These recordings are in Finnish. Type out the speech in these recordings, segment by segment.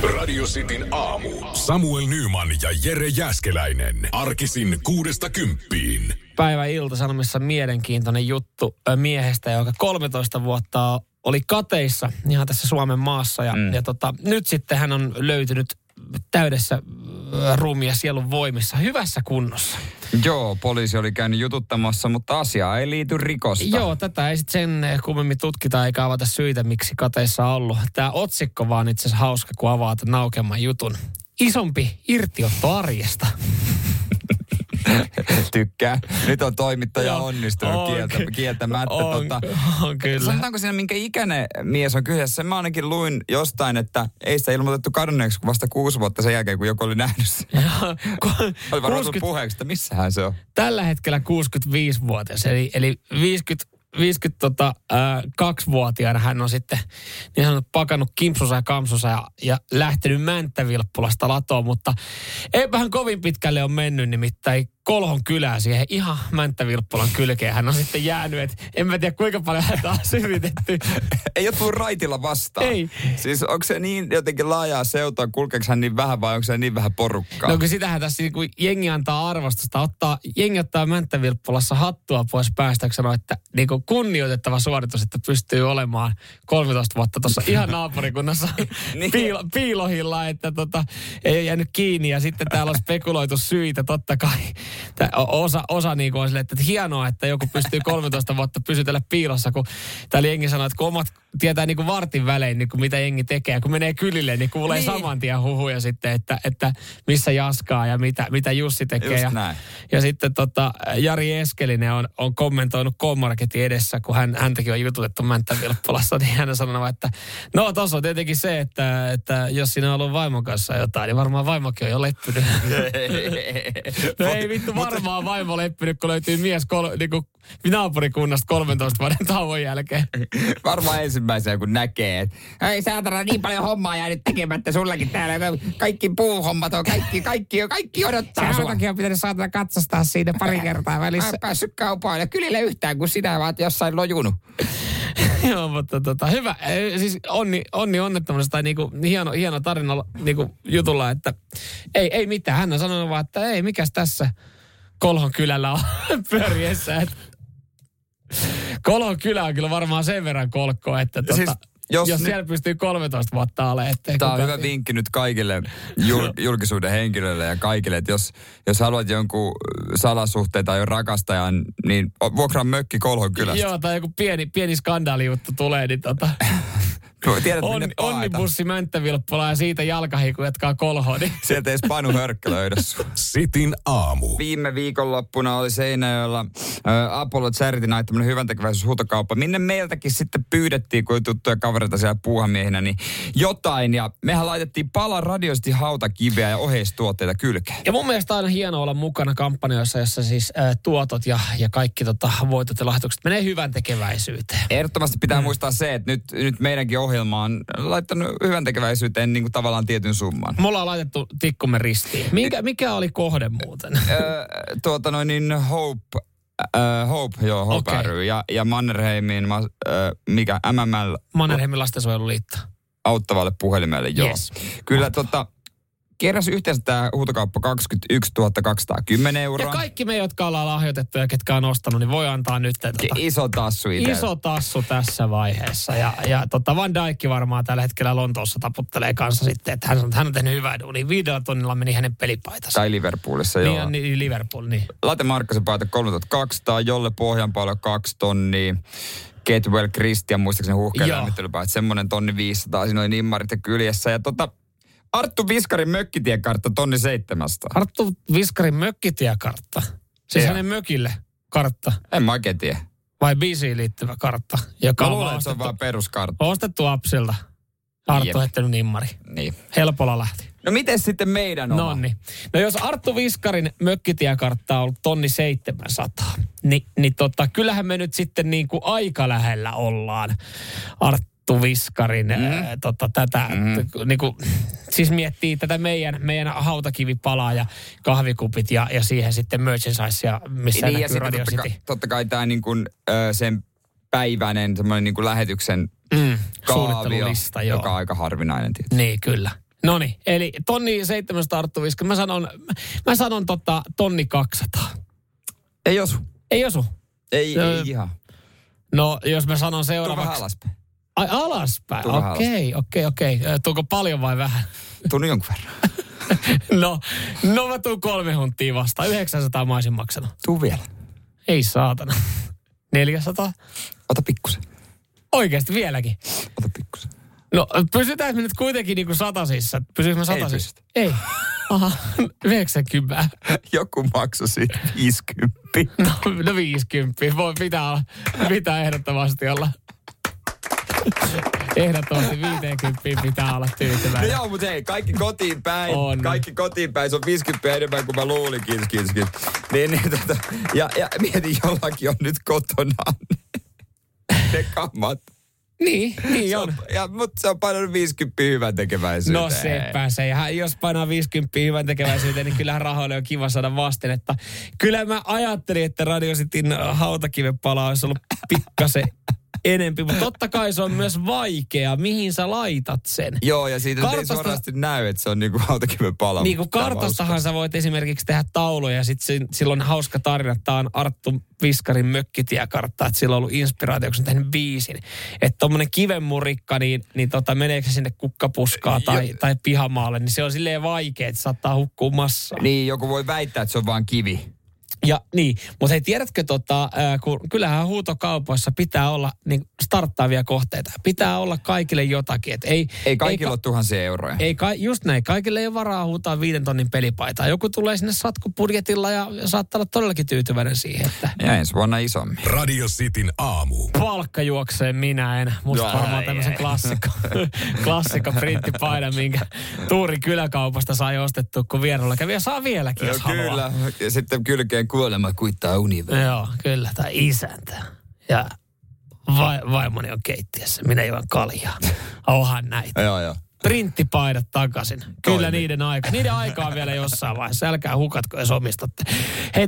Radio Cityn aamu. Samuel Nyman ja Jere Jääskeläinen. Arkisin 6–10. Päivän Ilta-Sanomissa mielenkiintoinen juttu miehestä, joka 13 vuotta oli kateissa ihan tässä Suomen maassa. Ja nyt sitten hän on löytynyt täydessä ruumiin ja sielun voimissa, hyvässä kunnossa. Joo, poliisi oli käynyt jututtamassa, mutta asiaa ei liity rikosta. Joo, tätä ei sitten sen kummemmin tutkita eikä avata syitä, miksi kateissa on ollut. Tämä otsikko vaan itse asiassa hauska, kun avaat naukeamman jutun. Isompi irtiotto arjesta. Tykkää. Nyt on toimittaja onnistunut kieltämättä. On kyllä. Sanotaanko siinä, minkä ikäinen mies on kyseessä? Mä ainakin luin jostain, että ei sitä ilmoitettu kadonneeksi vasta 6 vuotta sen jälkeen, kun joku oli nähnyt sen. Oli varmaan tullut puheeksi, että missähän se on. Tällä hetkellä 65-vuotias, eli 52-vuotiaana hän on sitten niin sanottu pakannut kimpsusa ja kamsusa ja lähtenyt Mänttävilppulasta latoon, mutta eipähän kovin pitkälle on mennyt, nimittäin Kolhon kylää siihen ihan Mänttävilppulan kylkeen. Hän on sitten jäänyt, että en mä tiedä kuinka paljon häntä on yritetty. Ei ole tullut raitilla vastaan. Ei. Siis onko se niin jotenkin laajaa seutua, kulkeeko hän niin vähän vai onko se niin vähän porukkaa? No kun sitähän tässä niin kuin jengi antaa arvostusta. Jengi ottaa Mänttävilppulassa hattua pois päästä, kun sanoo, että niin kuin kunnioitettava suoritus, että pystyy olemaan 13 vuotta tuossa ihan naapurikunnassa niin. piilohilla, että ei ole jäänyt kiinni. Ja sitten täällä on spekuloitu syitä, totta kai. Osa niin kuin on silleen, että hienoa, että joku pystyy 13 vuotta pysytellä piilossa, kun täällä jengi sanoo, että kun omat tietää niin kuin vartin välein, niin kuin mitä jengi tekee. Kun menee kylille, niin kuulee saman tien huhuja sitten, että missä Jaskaa ja mitä Jussi tekee. Ja sitten Jari Eskelinen on kommentoinut K-Marketin edessä, kun häntäkin on jututettu Mänttävilppulassa, niin hän on sanonut, että no tossa on tietenkin se, että jos siinä on ollut vaimon kanssa jotain, niin varmaan vaimokin on jo leppynyt. No ei vittu, varmaan vaimo leppynyt, kun löytyy mies niinku naapurikunnasta 13 vuoden tauon jälkeen. Varmaan ensimmäisenä, kun näkee, että ei saatana, niin paljon hommaa jäänyt tekemättä sullakin täällä. Kaikki puuhommat on, kaikki odottaa sua. Sen takia on pitänyt saatana katsastaa siinä pari kertaa välissä. Mä en päässyt kaupaan ja kylille yhtään, kun sinä vaan jossain lojunut. Joo, mutta hyvä. Siis onni onnettomuudesta tai niinku hieno tarina niinku jutulla, että ei mitään. Hän on sanonut vaan, että ei mikäs tässä Kolhon kylällä on pyöriessä. Kolhon kylä on kyllä varmaan sen verran kolkko, että siis, jos siellä pystyy 13 vuotta olemaan. Tämä on hyvä vinkki nyt kaikille julkisuuden henkilöille ja kaikille, että jos haluat jonkun salasuhteen tai rakastajan, niin vuokraa mökki Kolhon kylästä. Joo, tai joku pieni skandaalijuttu tulee, niin tiedät, onnibussi Mänttävilppula ja siitä jalkahiku jatkaa Kolhoon. Niin. Sieltä ei Panu Hörkkö löydä sua. Cityn aamu. Viime viikonloppuna oli Seinäjoella Apollo Charity Night, tämmöinen hyväntekeväisyyshuutokauppa, minne meiltäkin sitten pyydettiin, kun oli tuttuja kavereita siellä puuhamiehinä, niin jotain. Ja mehän laitettiin pala radioisesti hautakiveä ja oheistuotteita kylkeen. Ja mun mielestä on aina hienoa olla mukana kampanjoissa, jossa siis tuotot ja kaikki voitot ja lahjoitukset menee hyväntekeväisyyteen. Ehdottomasti pitää muistaa se, että nyt meidänkin ohjelma on laittanut hyväntekeväisyyteen niin kuin tavallaan tietyn summan. Me ollaan laitettu tikkumme ristiin. Mikä oli kohde muuten? Hope okay. ry. Ja Mannerheimin, MML. Mannerheimin lastensuojeluliitto. Auttavalle puhelimelle, joo. Yes. Kyllä keräsi yhteensä tämä huutokauppa 21 210 euroa. Ja kaikki me, jotka ollaan lahjoitettu ja ketkä on ostanut, niin voi antaa nyt iso tassu itse. Iso tassu tässä vaiheessa. Ja Van Dijk varmaan tällä hetkellä Lontoossa taputtelee kanssa sitten, että hän on tehnyt hyvää duunia. 5 tonnilla meni hänen pelipaitansa. Tai Liverpoolissa, joo. Niin, Liverpool, niin. Latte Markkasen paita 3200, Jolle Pohjanpaalo 2 tonnia. Ketwell Christian, muistaakseni huuhkeen lämmittelypaita, semmoinen 1500, siinä oli nimmarit ja kyljessä. Ja Arttu Viskarin mökkitiekartta 1700. Arttu Viskarin mökkitiekartta? Siis hänen mökille kartta? En mä oikein tiedä. Vai biisiin liittyvä kartta? Joka mä luulen, että se on vaan peruskartta. Ostettu Apsilta. Arttu heittänyt nimmari. Niin. Helpolla lähti. No miten sitten meidän oma? Nonni. No jos Arttu Viskarin mökkitiekartta on ollut 1700, niin kyllähän me nyt sitten niin kuin aika lähellä ollaan Arttu Viskarin niinku, siis miettii tätä meidän hautakivipalaa ja kahvikupit ja siihen sitten merchandisea, missä niin, näkyy Radio City. Totta kai tämä niin kuin, sen päiväinen semmoinen niin kuin lähetyksen kaavio, suunnittelulista, joka on aika harvinainen tietysti. Niin, kyllä. Noniin, eli 1700 arttuviska. Mä sanon 1200. Ei osu. Ei osu? Ei ihan. No, jos mä sanon seuraavaksi. Tuu vähän alaspäin. Ai alaspäin? Okei. Tuuko paljon vai vähän? Tuun jonkun verran. No mä tuun 3 hunttia vastaan. 900 mä olisin maksanut. Tuu vielä. Ei saatana. 400? Ota pikkusen. Oikeesti vieläkin? Ota pikkusen. No pysytään me nyt kuitenkin niinku satasissa. Pysyykö mä satasissa? Ei. Aha, 90. Joku maksoi siitä 50. No 50. Pitää ehdottomasti olla. Ehdottomasti 50 pitää olla tyytyväinen. No joo, mutta hei, kaikki kotiin päin. On. Kaikki kotiin päin. Se on 50 enemmän kuin mä luulin. Kiitos. Ja mietin, jollakin on nyt kotona ne kamat. Niin on. Mutta se on painanut 50 hyvän tekeväisyyteen. No sepä se. Ja jos painaa 50 hyvän tekeväisyyteen, niin kyllähän rahoille on kiva saada vastinetta. Kyllä mä ajattelin, että Radio Cityn hautakiven pala olisi ollut pikkasen enempi, mutta totta kai se on myös vaikea. Mihin sä laitat sen? Joo, ja siitä ei suorasti näy, että se on niinku hautakiven pala. Niinku kartastahan sä voit esimerkiksi tehdä tauluja, ja sitten silloin hauska tarina. Tämä on Arttu Viskarin mökkitiekartta, että sillä on ollut inspiraatio, kun se on tehnyt biisin. Että tommonen kivenmurikka, niin meneekö se sinne kukkapuskaan tai pihamaalle, niin se on silleen vaikea, että saattaa hukkua massaa. Niin, joku voi väittää, että se on vaan kivi. Ja niin, mutta hei, tiedätkö, kun kyllähän huutokaupoissa pitää olla niin starttaavia kohteita. Pitää olla kaikille jotakin. Ei kaikilla ole tuhansia euroja. Just näin, kaikille ei ole varaa huutaa 5 tonnin pelipaitaa. Joku tulee sinne satkupudjetilla ja saattaa olla todellakin tyytyväinen siihen, että... Ja ensi vuonna isommin. Radio Cityn aamu. Palkka juoksee minä en. Musta varmaan tämmöisen klassikko printtipaida, minkä Tuurin kyläkaupasta sai ostettua, kun vierailulla kävi. Ja saa vieläkin, jos haluaa. Kyllä, ja sitten kylkeen kuolema kuittaa universumi. Joo, kyllä, tai isäntä. Ja vaimoni on keittiössä, minä juon kaljaa. Onhan näitä. Joo. Printtipaidat takaisin. Kyllä niiden aika on vielä jossain vaiheessa. Älkää hukatko, jos omistatte. Hei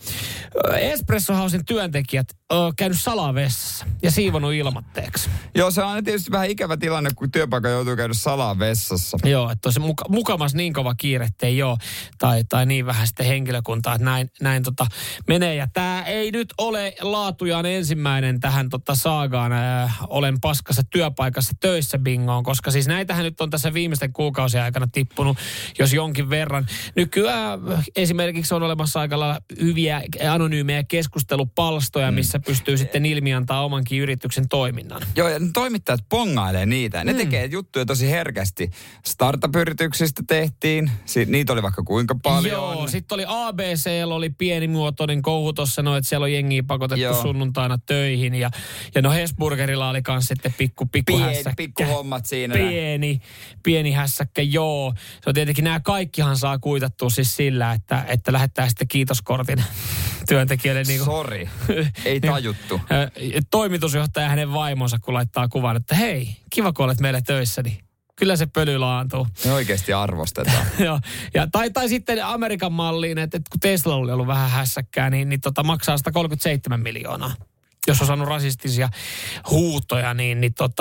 Espresso Housen työntekijät on käynyt salaa vessassa ja siivonut ilmatteeksi. Joo, se on tietysti vähän ikävä tilanne, kun työpaikka joutuu käydä salaa vessassa. Joo, että on se mukamas niin kova kiire, että ei ole. Tai niin vähän sitten henkilökuntaa, että näin menee. Ja tämä ei nyt ole laatujaan ensimmäinen tähän saagaan. Olen paskassa työpaikassa töissä bingoon, koska siis näitähän nyt on tässä viimeisten kuukausien aikana tippunut, jos jonkin verran. Nykyään esimerkiksi on olemassa aika lailla hyviä anonyymejä keskustelupalstoja, missä pystyy sitten ilmiantaa omankin yrityksen toiminnan. Joo, ja toimittajat pongailee niitä. Ne tekee juttuja tosi herkästi. Startup-yrityksistä tehtiin. Niitä oli vaikka kuinka paljon. Joo, sitten oli ABC:llä oli pienimuotoinen kouhu tuossa, että siellä on jengiä pakotettu sunnuntaina töihin. Ja no Hesburgerilla oli kans sitten pikku hässäkkä. Pikku hommat siinä. Pieni hässäkkä, joo. Se on tietenkin, nämä kaikkihan saa kuitattua siis sillä, että lähettää sitten kiitoskortin työntekijöille. Niin sori, ei tajuttu. Toimitusjohtaja ja hänen vaimonsa, kun laittaa kuvan, että hei, kiva kun olet meillä töissä, niin kyllä se pöly laantuu. Me oikeasti arvostetaan. Joo. Tai sitten Amerikan malliin, että kun Tesla oli ollut vähän hässäkkää, niin maksaa 137 miljoonaa. Jos on saanut rasistisia huutoja, niin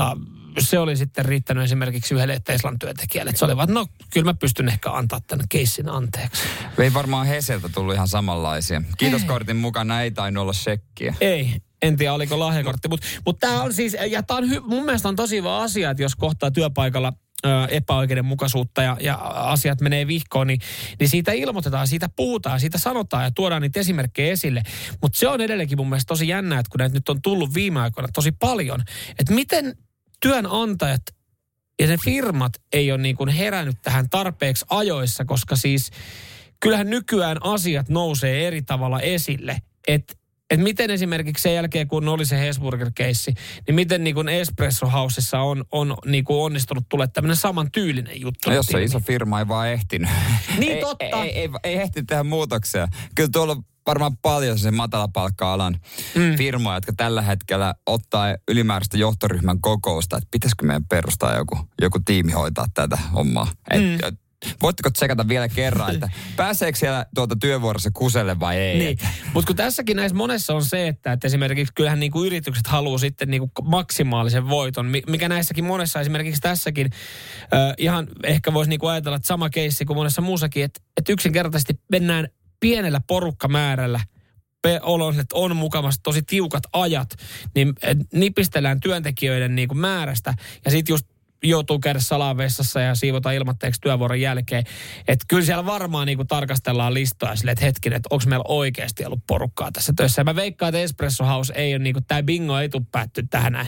se oli sitten riittänyt esimerkiksi yhdelle Teslan työntekijälle. Että se oli vaan, no kyllä mä pystyn ehkä antaa tämän keissin anteeksi. Ei varmaan Heseltä tullut ihan samanlaisia. Kiitoskortin mukana ei tainnut olla shekkiä. Ei. En tiedä, oliko lahjakortti. Mutta tämä on siis, ja tämä on mun mielestä on tosi hyvä asia, että jos kohtaa työpaikalla epäoikeudenmukaisuutta ja asiat menee vihkoon, niin siitä ilmoitetaan, siitä puhutaan, siitä sanotaan ja tuodaan niitä esimerkkejä esille. Mutta se on edelleenkin mun mielestä tosi jännää, että kun näitä nyt on tullut viime aikoina tosi paljon, että miten työnantajat ja ne firmat ei ole niin kuin herännyt tähän tarpeeksi ajoissa, koska siis kyllähän nykyään asiat nousee eri tavalla esille, että miten esimerkiksi sen jälkeen, kun oli se Hesburger-keissi, niin miten niin kuin Espresso Housessa on niin kuin onnistunut tulee tämmöinen saman tyylinen juttu. No jos se iso firma ei vaan ehtinyt. Niin totta. Ei ehtinyt tehdä muutoksia. Kyllä tuolla on varmaan paljon se matalapalkka-alan firmoja, jotka tällä hetkellä ottaa ylimääräistä johtoryhmän kokousta, että pitäisikö meidän perustaa joku tiimi hoitaa tätä hommaa. voitteko tsekata vielä kerran, että pääseekö siellä työvuorossa kuselle vai ei? Niin, mutta kun tässäkin näissä monessa on se, että esimerkiksi kyllähän niinku yritykset haluaa sitten niinku maksimaalisen voiton, mikä näissäkin monessa, esimerkiksi tässäkin, ihan ehkä voisi niinku ajatella, että sama keissi kuin monessa muussakin, että yksinkertaisesti mennään pienellä porukkamäärällä, on mukavasti tosi tiukat ajat, niin nipistellään työntekijöiden niinku määrästä ja sitten just joutuu käydä salavessassa ja siivota ilmatteeksi työvuoron jälkeen. Että kyllä siellä varmaan niinku tarkastellaan listoja silleen, että hetkinen, että onko meillä oikeasti ollut porukkaa tässä töissä. Ja mä veikkaan, että Espresso House ei ole niinku, tää bingo ei tule päättyä tähän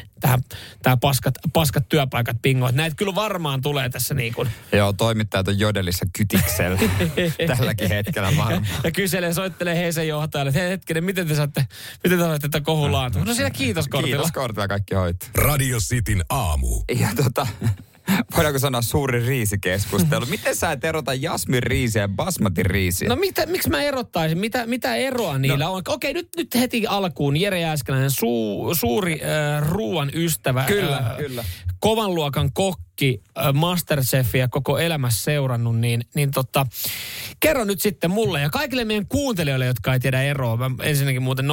paskat työpaikat bingo. Että näitä kyllä varmaan tulee tässä niinku. Joo, toimittajat on jodelissa kytiksellä tälläkin hetkellä varmaan. Ja soittelee Heisen johtajalle, että hetkinen, miten te saatte tätä kohulaantua? No siinä kiitos kortilla. Kiitos kortilla, kaikki hoituu. Radio Cityn aamu. Ja voidaanko sanoa suuri riisikeskustelu? Miten sä et erota jasmin riisiä ja basmati riisiä? No miksi mä erottaisin? Mitä eroa niillä on? Okei, nyt heti alkuun Jere Jääskeläinen, suuri ruoan ystävä. Kyllä. Kovan luokan kokki, Masterchefia koko elämässä seurannut, niin kerro nyt sitten mulle ja kaikille meidän kuuntelijoille, jotka ei tiedä eroa. Ensinnäkin muuten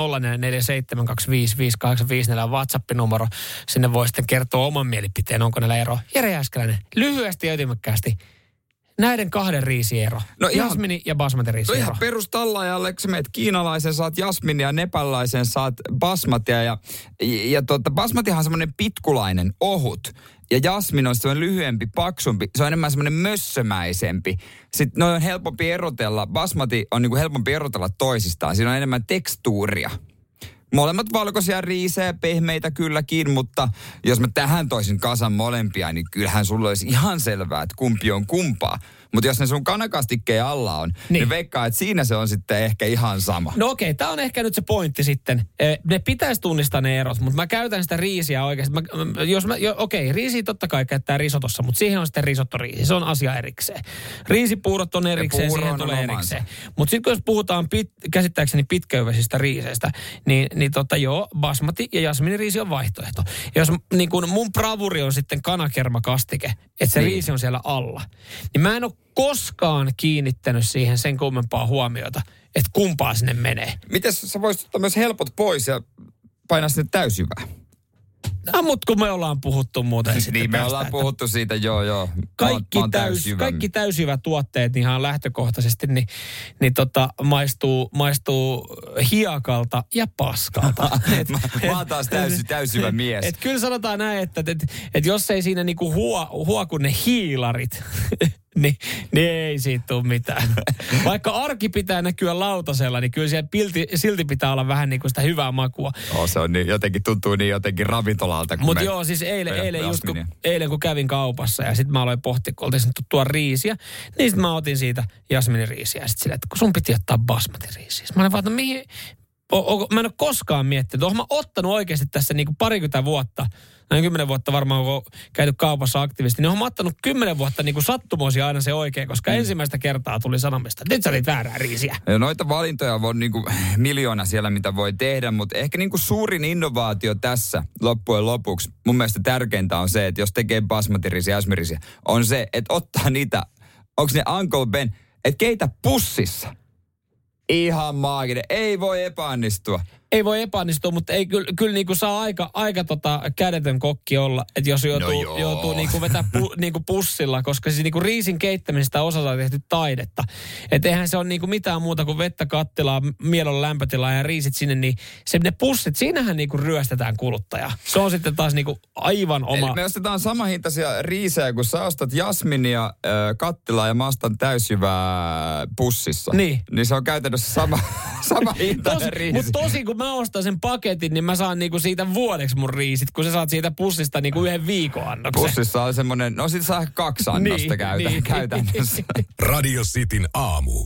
0447255854 WhatsApp-numero. Sinne voi sitten kertoa oman mielipiteen, onko näillä eroa. Jere Jääskeläinen, lyhyesti ja ytimekkäästi. Näiden kahden riisiero. Jasmini ja basmati riisiero. No ihan perustallajalle, kun sä meet kiinalaisen, saat jasminia ja nepalaisen, saat basmatia. Ja basmatihan on semmoinen pitkulainen, ohut. Ja jasmin on semmoinen lyhyempi, paksumpi. Se on enemmän semmoinen mössömäisempi. Sitten ne on helpompi erotella. Basmati on niinku helpompi erotella toisistaan. Siinä on enemmän tekstuuria. Molemmat valkoisia riisejä, pehmeitä kylläkin, mutta jos mä tähän toisin kasan molempia, niin kyllähän sulla olisi ihan selvää, että kumpi on kumpaa. Mutta jos ne sun kanakastikkeen alla on, niin veikkaa, että siinä se on sitten ehkä ihan sama. No okei, tää on ehkä nyt se pointti sitten. Ne pitäisi tunnistaa ne erot, mutta mä käytän sitä riisiä oikeasti. Riisiä totta kai käyttää risotossa, mutta siihen on sitten risottoriisi. Se on asia erikseen. Riisipuurot on erikseen, siihen tulee erikseen. Mutta sitten jos puhutaan käsittääkseni pitkäyväisistä riiseistä, niin basmati ja jasminiriisi on vaihtoehto. Jos niin kun mun bravuri on sitten kanakermakastike, että se riisi on siellä alla, niin mä en ole koskaan kiinnittänyt siihen sen kummempaa huomiota, että kumpaa sinne menee. Miten sä voisit ottaa myös helpot pois ja painaa sinne täysjyvää? No, mutta kun me ollaan puhuttu muuten sitten niin, me ollaan puhuttu siitä, joo. Kaikki täysjyvätuotteet ihan lähtökohtaisesti maistuu hiekalta ja paskalta. Mä oon taas täysjyvä mies. Et kyllä sanotaan näin, että jos ei siinä niinku huoku ne hiilarit, niin ei siitä tule mitään. Vaikka arki pitää näkyä lautasella, niin kyllä siellä silti pitää olla vähän niin kuin sitä hyvää makua. Se on niin, tuntuu niin jotenkin ravintolalta. Mutta joo, siis eilen kun kävin kaupassa ja sitten mä aloin pohtia, kun oltiin tuttua riisiä, niin sitten mä otin siitä jasminiriisiä. Ja sitten silleen, että kun sun piti ottaa basmatiriisiä. Mä olin vaan, että mihin... Mä en ole koskaan miettinyt. Oon mä ottanut oikeasti tässä niin kuin 20 vuotta, noin 10 vuotta varmaan, kun on käyty kaupassa aktiivisesti, niin oon mä ottanut 10 vuotta niin kuin sattumoisin aina se oikein, koska ensimmäistä kertaa tuli sanomista, että nyt sä olit väärää riisiä. Ja noita valintoja on niin kuin miljoona siellä, mitä voi tehdä, mutta ehkä niin kuin suurin innovaatio tässä loppujen lopuksi, mun mielestä tärkeintä on se, että jos tekee basmatiriisiä ja jasminiriisiä, on se, että ottaa niitä, onko ne Uncle Ben, että keitä pussissa. Ihan maaginen. Ei voi epäonnistua. Ei voi epäonnistua, mutta ei kyllä niin kuin saa aika kädetön kokki olla, että jos joutuu niin kuin vetää niin kuin pussilla, koska siis niin kuin riisin keittämisestä osalla on tehty taidetta. Että eihän se ole niin kuin mitään muuta kuin vettä kattilaa, mielon lämpötilaa ja riisit sinne, niin ne pussit, siinähän niin kuin ryöstetään kuluttajaa. Se on sitten taas niin kuin aivan oma... Eli me ostetaan samahintaisia riisejä, kun sä ostat jasminia, kattilaa ja mä ostan täysjyvää pussissa. Niin se on käytännössä sama hintainen riisi. Mutta tosi, kun mä ostan sen paketin, niin mä saan niinku siitä vuodeksi mun riisit, kun sä saat siitä pussista niinku yhden viikon annoksen. Pussissa on semmonen, no sit saa 2 annosta käytännössä. Radio Cityn aamu.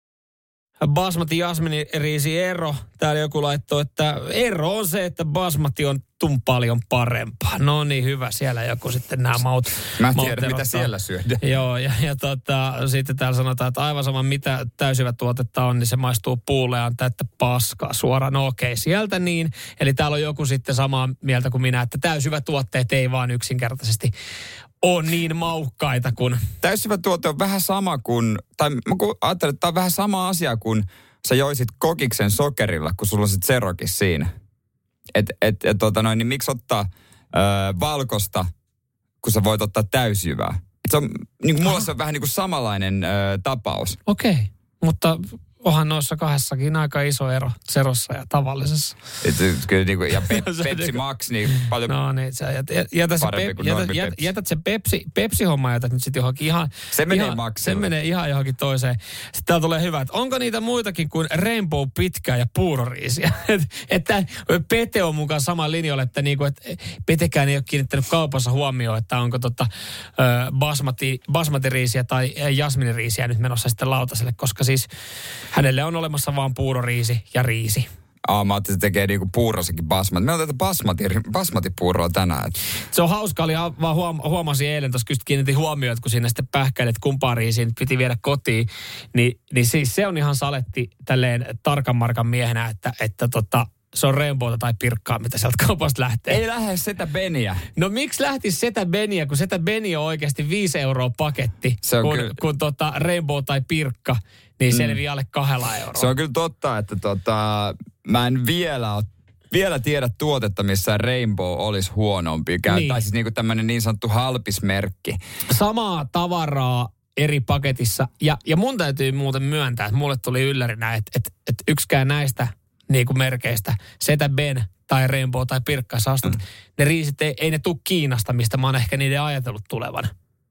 Basmati jasmini riisi ero. Täällä joku laittoi, että ero on se, että basmati on paljon parempaa. No niin, hyvä. Siellä joku sitten nämä maut. Mä tiedän, mitä siellä syödään. Joo, ja sitten täällä sanotaan, että aivan sama mitä täysivä tuotetta on, niin se maistuu puulle ja antaa, että paskaa suoraan. No okei, sieltä niin. Eli täällä on joku sitten samaa mieltä kuin minä, että täysivä tuotteet ei vaan yksinkertaisesti ole niin maukkaita kuin... Täysjyvä tuote on vähän sama kuin, tai mä ajattelen, että tämä on vähän sama asia kuin sä joisit kokiksen sokerilla, kun sulla on se Zerokis siinä. Niin miksi ottaa valkosta, kun sä voit ottaa täysjyvää? Se on, niin kuin mulla se on vähän niin kuin samanlainen tapaus. Okei, mutta onhan noissa kahdessakin aika iso ero Zerossa ja tavallisessa. Kyllä niin kuin, ja Pepsi Max, niin paljon jätät se Pepsi-homma, jätät nyt sitten johonkin ihan... Se menee Maxille. Se menee ihan johonkin toiseen. Sitten täällä tulee hyvä, että onko niitä muitakin kuin Rainbow pitkää ja puuroriisiä? Että Pete on mukaan sama linjoilla, että niinku, et Petekään ei ole kiinnittänyt kaupassa huomioon, että onko basmati-riisiä tai jasminiriisiä nyt menossa sitten lautaselle, koska siis hänelle on olemassa vaan puuroriisi ja riisi. Mä ajattelin, että tekee niinku puurossakin basmati. Me on tätä basmatipuuroa tänään. Se on hauska, vaan huomasin eilen, tuossa kiinnitin huomioon, että kun siinä sitten pähkäilet kumpaa riisiä, niin piti viedä kotiin. Niin siis se on ihan saletti tälleen tarkan markan miehenä, että se on Rainbowta tai Pirkkaa, mitä sieltä kaupasta lähtee. Ei lähde Setä Beniä. No miksi lähtisi Setä Beniä, kun Setä Beni on oikeasti 5 euroa paketti, kun Rainbow tai Pirkka, niin selviää alle 2 euroa. Se on kyllä totta, että mä en vielä tiedä tuotetta, missä Rainbow olisi huonompi. Niin. Tai siis niinku tämmöinen niin sanottu halpismerkki. Samaa tavaraa eri paketissa. Ja mun täytyy muuten myöntää, että mulle tuli yllärinä, että yksikään näistä niinku merkeistä, Setä Ben tai Rainbow tai Pirkka, sä ostat, ne riisit ei ne tule Kiinasta, mistä mä oon ehkä niiden ajatellut tulevan.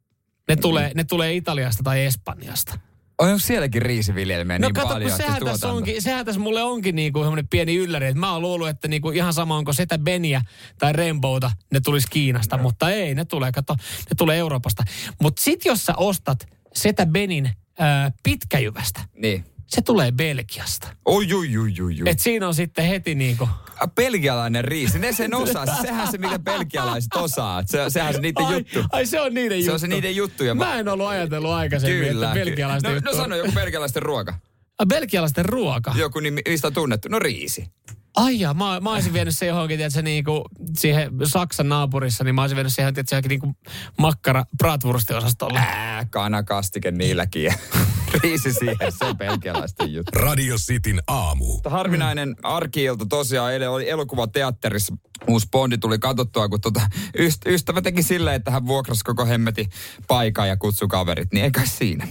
Ne tulee Italiasta tai Espanjasta. Onko sielläkin riisiviljelmiä niin paljon? Sehän tässä mulle onkin niinku semmoinen pieni ylläri, että mä oon luullut, että niinku ihan sama onko Setä Beniä tai Rainbowta, ne tulisi Kiinasta, mutta ei, ne tulee Euroopasta. Mutta sit jos sä ostat Setä Benin pitkäjyvästä, niin se tulee Belgiasta. Oi. Et siinä on sitten heti niinku... Belgialainen riisi, ne sen osaa. Sehän se, mitä belgialaiset osaa. Sehän se niiden juttu. Ai se on niiden juttu. Se on se niiden juttu. Mä en ollut ajatellut aikaisemmin, että belgialaisten juttu. No sano joku belgialaisten ruoka. Belgialaisten ruoka? Joku, mistä on tunnettu? No riisi. Ai ja, mä olisin vienyt se johonkin, tiedätkö, niinku siihen Saksan naapurissa, niin mä olisin vienyt siihen, tiedätkö, niinku makkara bratwurstiosastolle. Kanakastike niilläkin. Riisi siihen, se on belgialaisten juttu. Radio Cityn aamu. Harvinainen arki-ilta tosiaan, eilen oli elokuvateatterissa. Uusi Bondi tuli katsottua, kun ystävä teki silleen, että hän vuokrasi koko hemmetin paikan ja kutsui kaverit, niin ei kai siinä.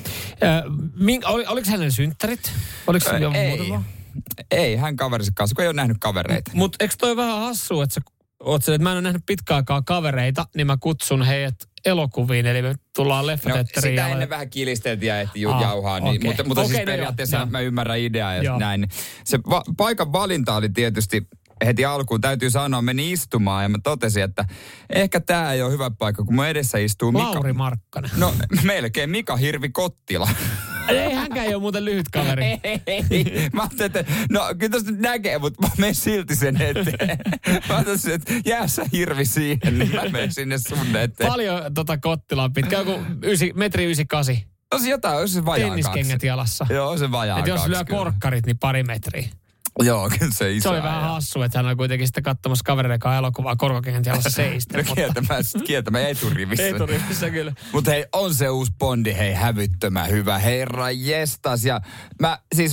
Oliko hänellä synttärit? Oliko se jo muutama? Ei, hän kaverinsa kanssa, kun ei ole nähnyt kavereita. Mutta eikö toi vähän hassua, että että mä en ole nähnyt pitkään aikaa kavereita, niin mä kutsun heidät elokuviin, eli me tullaan leffateatteriin. Sitä ennen vähän kilisteltiin ja ehti jauhaa, niin, okay. mutta siis periaatteessa mä ymmärrän ideaa ja näin. Se paikan valinta oli tietysti heti alkuun, täytyy sanoa, meni istumaan ja mä totesin, että ehkä tää ei ole hyvä paikka, kun mun edessä istuu Mika. Lauri Markkanen. No melkein Mika Hirvi Kottila. Ei, hänkään ei ole muuten lyhyt kaveri. Ei. Mä ajattelin, että no kyllä tosta nyt näkee, mutta mä menen silti sen eteen. Mä ajattelin, että jää sä Hirvi siihen, niin mä menen sinne sun eteen. Paljon Kottilaa pitkä, joku 1,98 m. No se jotain, olisi se vajaa 2. Tenniskengät jalassa. Joo, se vajaa 2. Jos lyö korkkarit, niin 2 metriä. Joo, kyllä se iso. Se oli vähän hassu, että hän on kuitenkin sitten katsomassa kavereiden kanssa elokuvaa korkokengät jalassa seisten. No kieltämään eturivissä. Eturivissä kyllä. Mutta hei, on se uusi Bondi, hei, hävyttömän hyvä. Herra jestas. Ja mä siis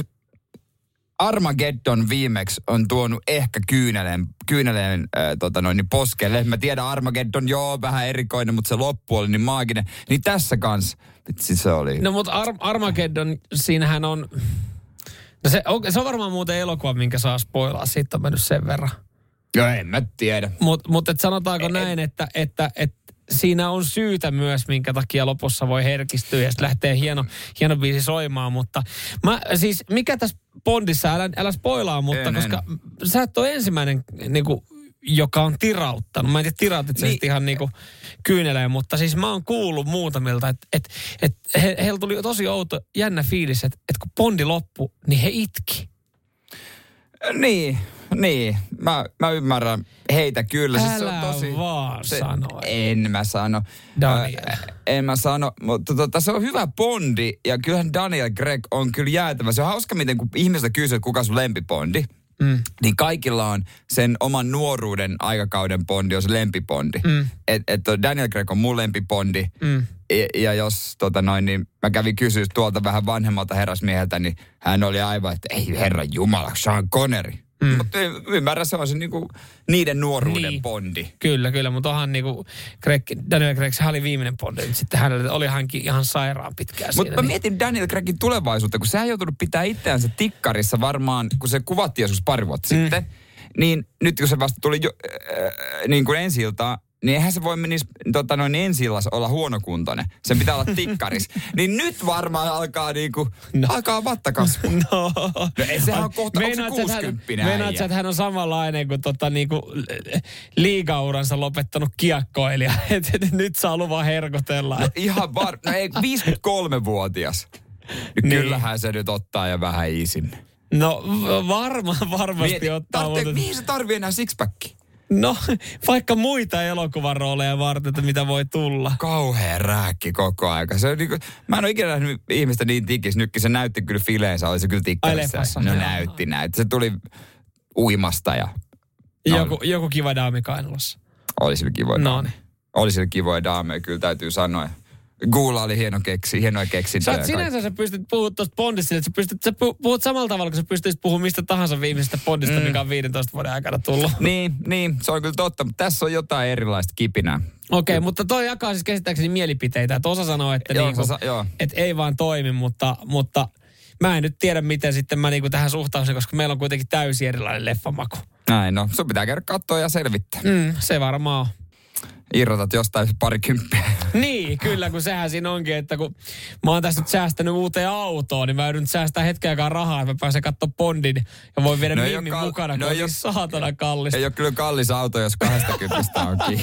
Armageddon viimeksi on tuonut ehkä kyyneleen poskelle. Mä tiedän Armageddon, joo, vähän erikoinen, mutta se loppu oli niin maaginen. Niin tässä kans, vitsi se oli. No mutta Armageddon, siinähän on... No se on varmaan muuten elokuva, minkä saa spoilaa. Siitä on mennyt sen verran. No en mä tiedä. Mutta sanotaanko näin, että siinä on syytä myös, minkä takia lopussa voi herkistyä ja sitten lähtee hieno biisi soimaan. Mutta siis mikä tässä Bondissa, älä spoilaa, mutta koska sä et ole ensimmäinen niinku, joka on tirauttanut. Mä en tiedä, tirautit sä ihan niinku kyyneleen, mutta siis mä oon kuullut muutamilta, että heillä tuli tosi outo, jännä fiilis, että kun Bondi loppui, niin he itki. Niin. Mä ymmärrän heitä kyllä. Älä siis se on tosi, vaan sano. En mä sano. Daniel. En mä sano, mutta se on hyvä Bondi ja kyllähän Daniel Craig on kyllä jäätävä. Se on hauska, miten kun ihmiset kysyy, että kuka sun lempibondi. niin kaikilla on sen oman nuoruuden aikakauden bondi, on se lempibondi. Että Daniel Craig on mun lempibondi. Ja jos niin mä kävin kysyä tuolta vähän vanhemmalta herrasmieheltä, niin hän oli aivan, että ei herran jumala, Sean Connery. Mutta ymmärrä, se on se niiden nuoruuden bondi. Kyllä, mutta onhan Daniel Craig, hän oli viimeinen bondi. Sitten hänellä oli hänkin ihan sairaan pitkään siinä. Mutta mä mietin Daniel Craigin tulevaisuutta, kun sehän joutunut pitää itseänsä tikkarissa varmaan, kun se kuvattiin joskus pari vuotta sitten. Niin nyt kun se vasta tuli niin kuin ensi-iltaan, niin eihän se voi ensi-illassa olla huonokuntoinen. Sen pitää olla tikkaris. Niin nyt varmaan alkaa alkaa vattakasvu. No sehän on kohta, onko se 60 Meinaatko, että hän on samanlainen kuin liigauransa lopettanut kiekkoilija. Että nyt saa luvan herkotella. No ihan ei 53-vuotias. Niin. Kyllähän se nyt ottaa ja vähän iisin. No varmasti ottaa. Mihin se tarvii enää sixpackia? No, vaikka muita elokuvan rooleja varten, että mitä voi tulla. Kauhea rääkki koko aika. Se on mä en ole ikinä nähnyt ihmistä niin tikis. Nytkin se näytti kyllä fileensä, oli se kyllä tikkarissa. No näytti. Se tuli uimasta ja... Joku kiva daami kainalossa. Oli sillä kivoja daami. Oli sillä kivoja daameja, kyllä täytyy sanoa. Guula oli hienoja keksintöjä. Sinänsä sä pystyt puhumaan tuosta Bondista, että sä puhut samalla tavalla, kun sä pystyisit puhumaan mistä tahansa viimeisestä Bondista, mikä on 15 vuoden aikana tullut. Niin, se on kyllä totta, mutta tässä on jotain erilaista kipinää. Okei, mutta toi jakaa siis käsittääkseni mielipiteitä, että osa sanoo, että, että ei vaan toimi, mutta mä en nyt tiedä, miten sitten mä tähän suhtausin, koska meillä on kuitenkin täysin erilainen leffamaku. Näin, no sun pitää käydä katsoa ja selvittää. Se varmaan on. Irrotat jostain parikymppiä. Niin, kyllä, kun sehän siinä onkin, että kun mä oon tässä nyt säästänyt uuteen autoon, niin mä joudun nyt säästää hetkeäkaan rahaa, että mä pääsen katsoa Bondin ja voin viedä Mimmin mukana, kun on saatana kallista. Ei ole kyllä kallis auto, jos 20 on kiinni.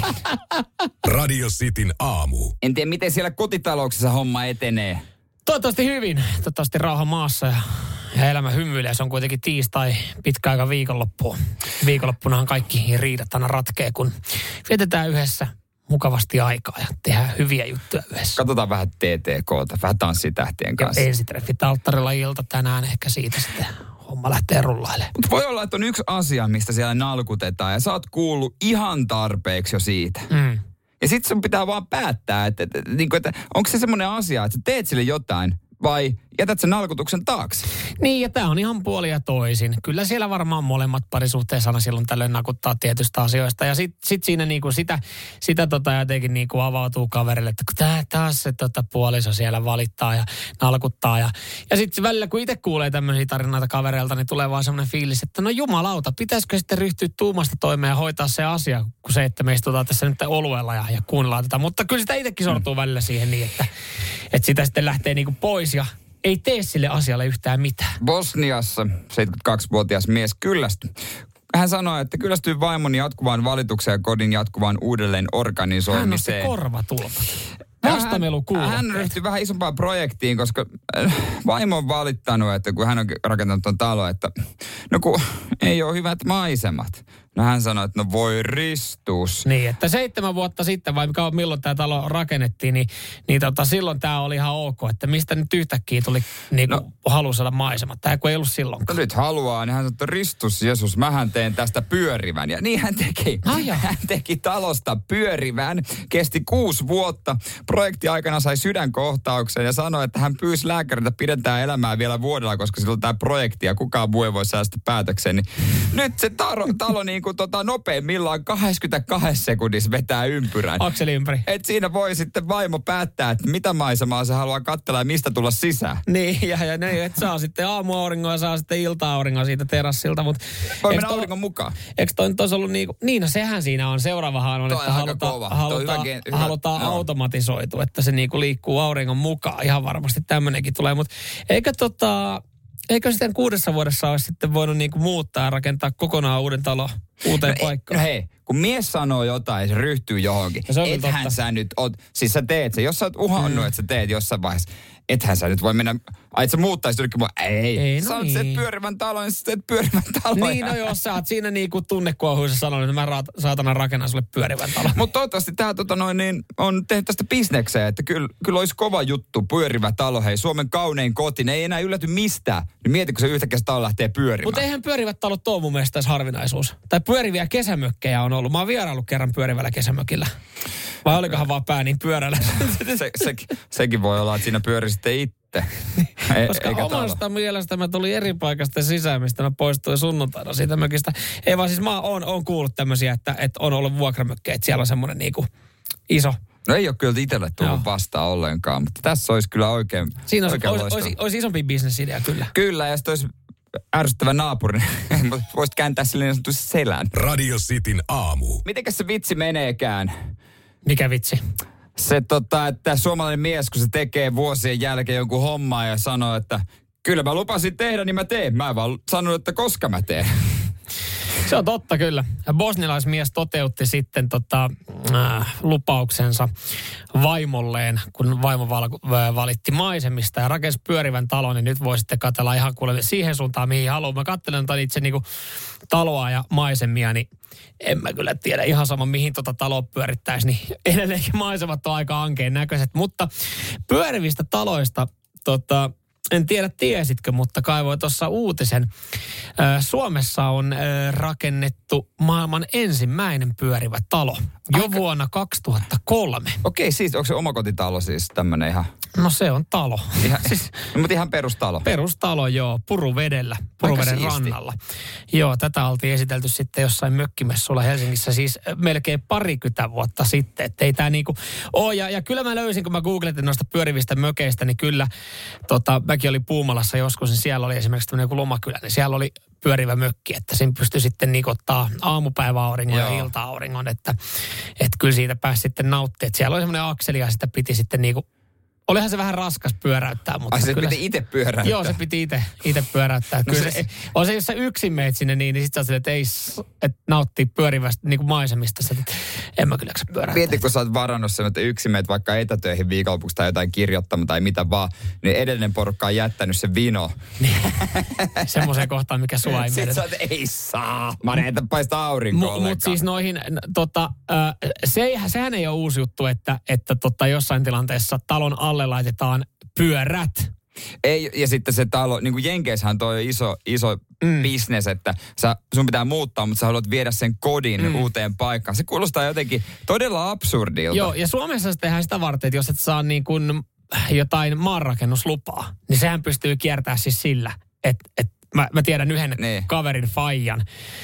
Radio Cityn aamu. En tiedä, miten siellä kotitalouksissa homma etenee. Toivottavasti hyvin. Toivottavasti rauha maassa ja elämä hymyilee. Se on kuitenkin tiistai, pitkä aika viikonloppuun. Viikonloppunahan kaikki riidat aina ratkee, kun vietetään yhdessä mukavasti aikaa ja tehdään hyviä juttuja yhdessä. Katsotaan vähän TTK:ta, vähän tanssitähtien kanssa. Ja ensitreffit alttarilla ilta tänään, ehkä siitä sitten homma lähtee rullailemaan. Mutta voi olla, että on yksi asia, mistä siellä nalkutetaan ja sä oot kuullut ihan tarpeeksi jo siitä. Ja sit sun pitää vaan päättää, että onko se semmoinen asia, että sä teet sille jotain vai jätät sen nalkutuksen taakse. Niin, ja tämä on ihan puoli ja toisin. Kyllä siellä varmaan molemmat parisuhteessa aina silloin tällöin nakuttaa tietystä asioista. Ja sit siinä sitä jotenkin avautuu kaverille, että kun taas se puoliso siellä valittaa ja nalkuttaa. Ja sitten välillä, kun itse kuulee tämmöisiä tarinoita kavereilta, niin tulee vaan semmoinen fiilis, että no jumalauta, pitäisikö sitten ryhtyä tuumasta toimeen ja hoitaa se asia, kun se, että me istutaan tässä nyt oluella ja kuunnellaan tätä. Mutta kyllä sitä itsekin sortuu välillä siihen niin, että sitä sitten lähtee pois ja ei tee sille asialle yhtään mitään. Bosniassa 72-vuotias mies kyllästyi. Hän sanoi, että kyllästyy vaimon jatkuvaan valitukseen ja kodin jatkuvaan uudelleen organisoimiseen. Hän nosti korvatulpat. Vastamelukuulokkeet. Hän ryhtyi vähän isompaan projektiin, koska vaimo on valittanut, että kun hän on rakentanut tuon talon, että no kun ei ole hyvät maisemat. No hän sanoi, että no voi ristus. Niin, että 7 vuotta sitten, vai milloin tämä talo rakennettiin, niin silloin tämä oli ihan ok. Että mistä nyt yhtäkkiä tuli halu saada maisemat. Tämä kun ei ollut silloinkaan. No nyt haluaa, niin hän sanoi, että ristus Jeesus, mähän teen tästä pyörivän. Ja niin hän teki. Hän teki talosta pyörivän. Kesti 6 vuotta. Projekti aikana sai sydänkohtauksen ja sanoi, että hän pyysi lääkäriltä pidentää elämää vielä vuodella, koska sillä on tämä projekti ja kukaan muu ei voi saada sitä päätökseen. Niin nyt se talo nopeimmillaan 22 sekunnissa vetää ympyrän. Akseli ympäri. Et siinä voi sitten vaimo päättää, että mitä maisemaa se haluaa katsella ja mistä tulla sisään. Niin, ja ne, että saa sitten aamuauringon ja saa sitten ilta-auringon siitä terassilta. Voi mennä auringon mukaan. Eikö toi nyt olisi ollut no sehän siinä on. Seuraavahan on, että halutaan automatisoitu, että se liikkuu auringon mukaan. Ihan varmasti tämmöinenkin tulee, mutta eikö sitten 6 vuodessa olisi sitten voinut muuttaa ja rakentaa kokonaan uuden talon uuteen paikkaan? No hei, kun mies sanoo jotain, se ryhtyy johonkin. Ethän sä nyt oot, siis sä teet se. Jos sä oot uhannut, että sä teet jossain vaiheessa, ethän sä nyt voi mennä, et sä muuttaisit ylikin mua. Ei no sä oot niin. sen pyörivän talon, niin sä teet pyörivän talon. Niin, no jos sä oot siinä niinku tunnekuohuissa sanonut, että mä saatana rakennan sulle pyörivän talon. Mutta toivottavasti tää on tehnyt tästä bisnekseen, että kyllä olisi kova juttu, pyörivä talo, hei, Suomen kaunein koti, ne ei enää ylläty mistään. Niin mieti, kun se yhtäkkiä talo lähtee pyörimään. Mutta eihän pyörivät talot ole mun mielestä edes harvinaisuus. Tai pyöriviä kesämökkejä on ollut. Mä oon vieraillut kerran pyörivällä kesämökillä. Vai olikohan vaan pää niin pyörällä? Sekin voi olla, että siinä pyöri sitten itse. Koska omasta mielestä mä tulin eri paikasta sisään, mistä mä poistuin sunnuntaina siitä mökistä. Ei vaan siis mä oon kuullut tämmöisiä, että on ollut vuokramökkejä, että siellä on semmoinen niinku iso. No ei ole kyllä itselle tullut vastaan ollenkaan, mutta tässä olisi kyllä oikein siinä oikein olisi isompi bisnesidea kyllä. Kyllä, ja sitten olisi ärsyttävä naapuri, voisit kääntää sille niin sanotusti selän. Radio Cityn aamu. Mitenkäs se vitsi meneekään? Mikä vitsi? Se että suomalainen mies, kun se tekee vuosien jälkeen jonkun hommaa ja sanoo, että kyllä mä lupasin tehdä, niin mä teen. Mä en vaan sanonut, että koska mä teen. Se on totta kyllä. Bosnialaismies toteutti sitten lupauksensa vaimolleen, kun vaimo valitti maisemista ja rakensi pyörivän talon, niin nyt voi sitten katsella ihan kuule siihen suuntaan, mihin haluaa. Mä katselen itse niinku taloa ja maisemia, niin en mä kyllä tiedä ihan sama, mihin taloa pyörittäisi, niin edelleenkin maisemat on aika ankeen näköiset. Mutta pyörivistä taloista en tiedä tiesitkö, mutta kaivoin tuossa uutisen. Suomessa on rakennettu maailman ensimmäinen pyörivä talo jo vuonna 2003. Okei, siis onko se omakotitalo siis tämmöinen ihan? No se on talo. Mutta ihan perustalo. Perustalo, joo. Puruveden rannalla. Joo, tätä oltiin esitelty sitten jossain mökkimessuilla Helsingissä siis melkein 20 vuotta sitten. Että ei tää niinku ole. Ja kyllä mä löysin, kun mä googletin noista pyörivistä mökeistä, niin kyllä mäkin olin Puumalassa joskus, niin siellä oli esimerkiksi tämmöinen joku lomakylä, niin siellä oli pyörivä mökki, että siinä pystyi sitten niinku ottaa aamupäiväauringon ja ilta-auringon, että kyllä siitä pääsi sitten nauttimaan. Että siellä oli semmoinen akseli ja sitä piti sitten niinku, olihan se vähän raskas pyöräyttää, mutta se piti itse pyöräyttää? Joo, se piti itse pyöräyttää. No kyllä on se, jos sä yksin meet sinne niin sit sä oot silleen, että nauttii pyörivästä niin kuin maisemista. Että en mä kyllä jaksa pyöräyttää. Mieti, kun sä oot varannut sen, että yksin meet vaikka etätöihin viikonlopuksi tai jotain kirjoittamaan tai mitä vaan, niin edellinen porukka on jättänyt se vino. Semmoiseen kohtaan, mikä sua ei miedetä. Sitten sä oot, ei saa. Mä en paista aurinkoa ollenkaan. Mutta siis noihin, sehän ei ole uusi juttu, että jossain tilanteessa talon alle laitetaan pyörät. Ei, ja sitten se talo, niin kuin Jenkeissähän toi iso business, että sun pitää muuttaa, mutta sä haluat viedä sen kodin uuteen paikkaan. Se kuulostaa jotenkin todella absurdilta. Joo, ja Suomessa se tehdään sitä varten, että jos et saa niin kuin jotain maanrakennuslupaa, niin sehän pystyy kiertämään siis sillä, että mä tiedän yhden kaverin faijan,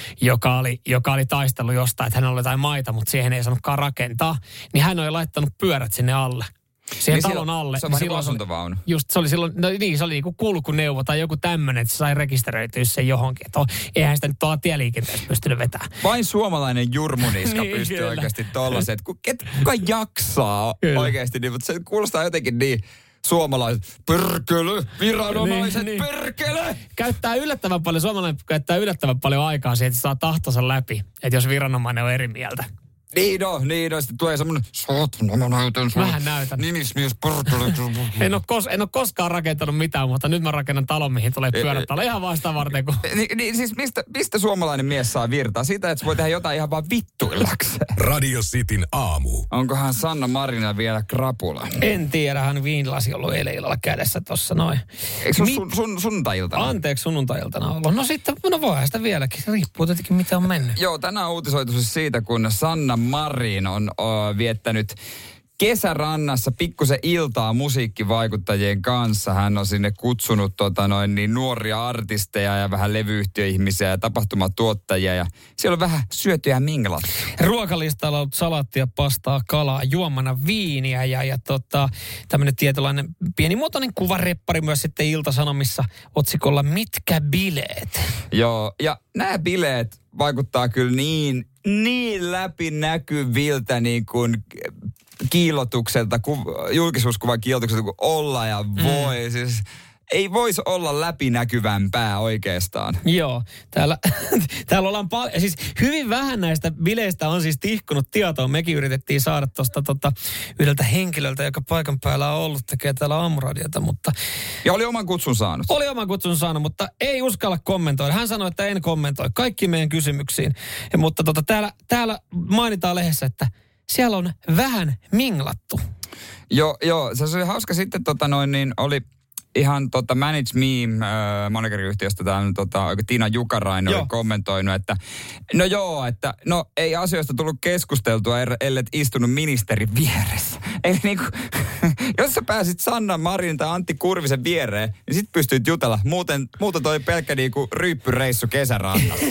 joka oli taistellut jostain, että hänellä oli jotain maita, mutta siihen ei saanutkaan rakentaa, niin hän oli laittanut pyörät sinne alle. Siihen niin talon alle. Se on niin asuntovaunu. Just se oli silloin, se oli niinku kulkuneuvo tai joku tämmöinen, että se sai rekisteröityä sen johonkin. Että eihän sitä nyt tuolla tieliikenteessä pystynyt vetämään. Vain suomalainen jurmuniska niin, pystyy oikeasti tollaisen. Kuka jaksaa oikeasti, niin, mutta se kuulostaa jotenkin niin suomalaiset. Perkele, viranomaiset, niin. Perkele! Suomalaiset käyttää yllättävän paljon aikaa siihen, että saa tahtonsa läpi. Että jos viranomainen on eri mieltä. Niin on. Sitten tulee semmoinen, mä näytän sulle. Vähän näytän. Nimismies, perkele. En ole koskaan rakentanut mitään, mutta nyt mä rakennan talon, mihin tulee pyörätalo. Ihan vaan sitä varten. Kun... Niin siis mistä suomalainen mies saa virtaa? Siitä, että se voi tehdä jotain ihan vaan vittuillakseen. Radio Cityn aamu. Onkohan Sanna Marina vielä krapula? En tiedä, hän viinilasi ollut eilen illalla kädessä tossa noin. Eikö se ole sunnuntai-iltana? Anteeksi, sunnuntai-iltana ollut. No sitten, voihan sitä vieläkin. Se riippuu tietenkin, mitä on mennyt. Joo, tänään on uutisoitu siis siitä, kun Sanna Marin on viettänyt kesärannassa pikkusen iltaa musiikkivaikuttajien kanssa. Hän on sinne kutsunut nuoria artisteja ja vähän levyyhtiöihmisiä ja tapahtumatuottajia. Ja siellä on vähän syötyä ja minglat. Ruokalistalla on ollut salaattia, pastaa, kalaa, juomana viiniä ja tämmöinen tietynlainen pienimuotoinen kuvareppari myös sitten Ilta-Sanomissa otsikolla Mitkä bileet? Joo, ja nämä bileet vaikuttaa kyllä niin läpinäkyviltä niin kuin kiillotukselta, julkisuuskuvan kiillotukselta kuin olla ja voi. Siis ei voisi olla läpinäkyvämpää oikeastaan. Joo, täällä ollaan paljon, siis hyvin vähän näistä bileistä on siis tihkunut tietoa. Mekin yritettiin saada tuosta yhdeltä henkilöltä, joka paikan päällä on ollut, tekee täällä aamuradiota, mutta... Ja oli oman kutsun saanut. Oli oman kutsun saanut, mutta ei uskalla kommentoida. Hän sanoi, että en kommentoi kaikki meidän kysymyksiin. Mutta täällä mainitaan lehdessä, että siellä on vähän minglattu. Joo, se oli hauska sitten oli ihan Manage Me manageriyhtiöstä Tiina Jukarainen oli kommentoinut, että ei asioista tullut keskusteltua, ellet istunut ministerin vieressä. Eli niinku, jos sä pääsit Sanna Marin tai Antti Kurvisen viereen, niin sit pystyit jutella. Muuten toi pelkkä niinku ryyppyreissu kesärannassa.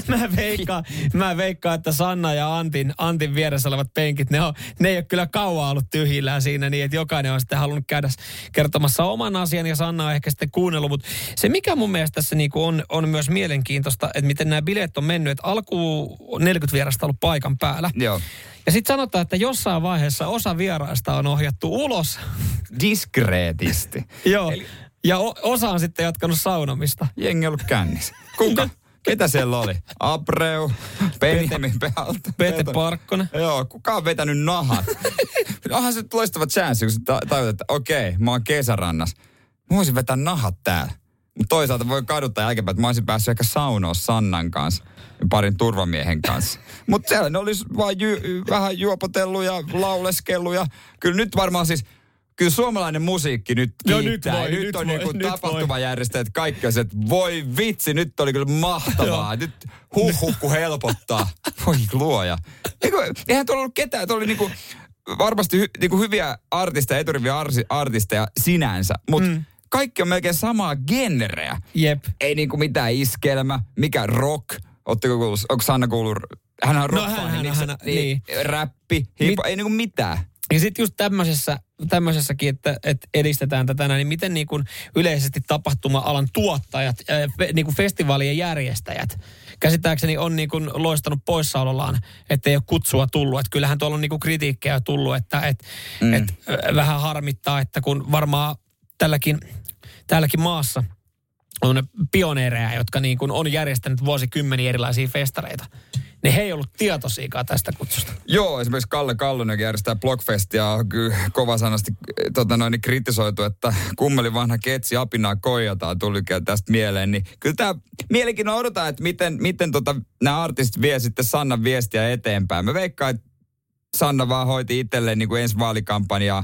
Mä veikkaan, että Sanna ja Antin vieressä olevat penkit, ne ei ole kyllä kauan ollut tyhjillään siinä, niin että jokainen on sitten halunnut käydä kertomassa oman asian ja Sanna on ehkä sitten kuunnellut. Mutta se, mikä mun mielestä tässä niinku on myös mielenkiintoista, että miten nämä bileet on mennyt, että alkuun 40 vierasta ollut paikan päällä. Joo. Ja sitten sanotaan, että jossain vaiheessa osa vieraista on ohjattu ulos. Diskreetisti. Joo. Ja osa on sitten jatkanut saunomista. Jengi on ollut kännissä. Kuka? Ketä siellä oli? Abreu, Benjamin Pete Parkkonen. Joo, kuka on vetänyt nahat? Onhan se loistava chanssi, kun sä tajut, että okei, mä oon kesärannassa. Mä voisin vetää nahat täällä. Mutta toisaalta voi kaduttaa jälkeenpäin, että mä olisin päässyt ehkä saunoa Sannan kanssa ja parin turvamiehen kanssa. Mutta siellä ne olisi vaan vähän juopotellut ja lauleskellut ja kyllä nyt varmaan siis... Kyllä suomalainen musiikki nyt kiittää. Nyt on niinku tapahtumajärjestäjät kaikki on se, että voi vitsi, nyt oli kyllä mahtavaa. Nyt kun helpottaa. Voi luoja. Eihän tuolla ollut ketään. Tuolla oli niinku varmasti niinku hyviä artisteja, eturiviä artisteja sinänsä. Mutta kaikki on melkein samaa genreä. Jep. Ei niinku mitään iskelmä, mikä rock. Ootteko kuullut? Onko Sanna kuullut? Hänhän on rock-fani. Niin. Räppi, hip-hop, ei niinku mitään. Ja sitten just tämmöisessäkin, että edistetään tätä, niin miten niin kuin yleisesti tapahtuma-alan tuottajat, niin kuin festivaalien järjestäjät, käsittääkseni on niin kuin loistanut poissaolollaan, ettei ole kutsua tullut. Että kyllähän tuolla on niin kuin kritiikkiä tullut, että vähän harmittaa, että kun varmaan tälläkin maassa on pioneereja, jotka niin kuin on järjestänyt vuosikymmeniä erilaisia festareita. Ne he ei ollut tietoisiakaan tästä kutsusta. Joo, esimerkiksi Kalle Kallonen järjestää Blockfestia ja kovasanasti kritisoitu, että kummeli vanha ketsi apinaa koijataan tuli tästä mieleen. Niin kyllä tämä mielenkiinnolla odotetaan, että miten nämä artistit vie sitten Sannan viestiä eteenpäin. Mä veikkaan, että Sanna vaan hoiti itselleen niin kuin ensi vaalikampanjaa.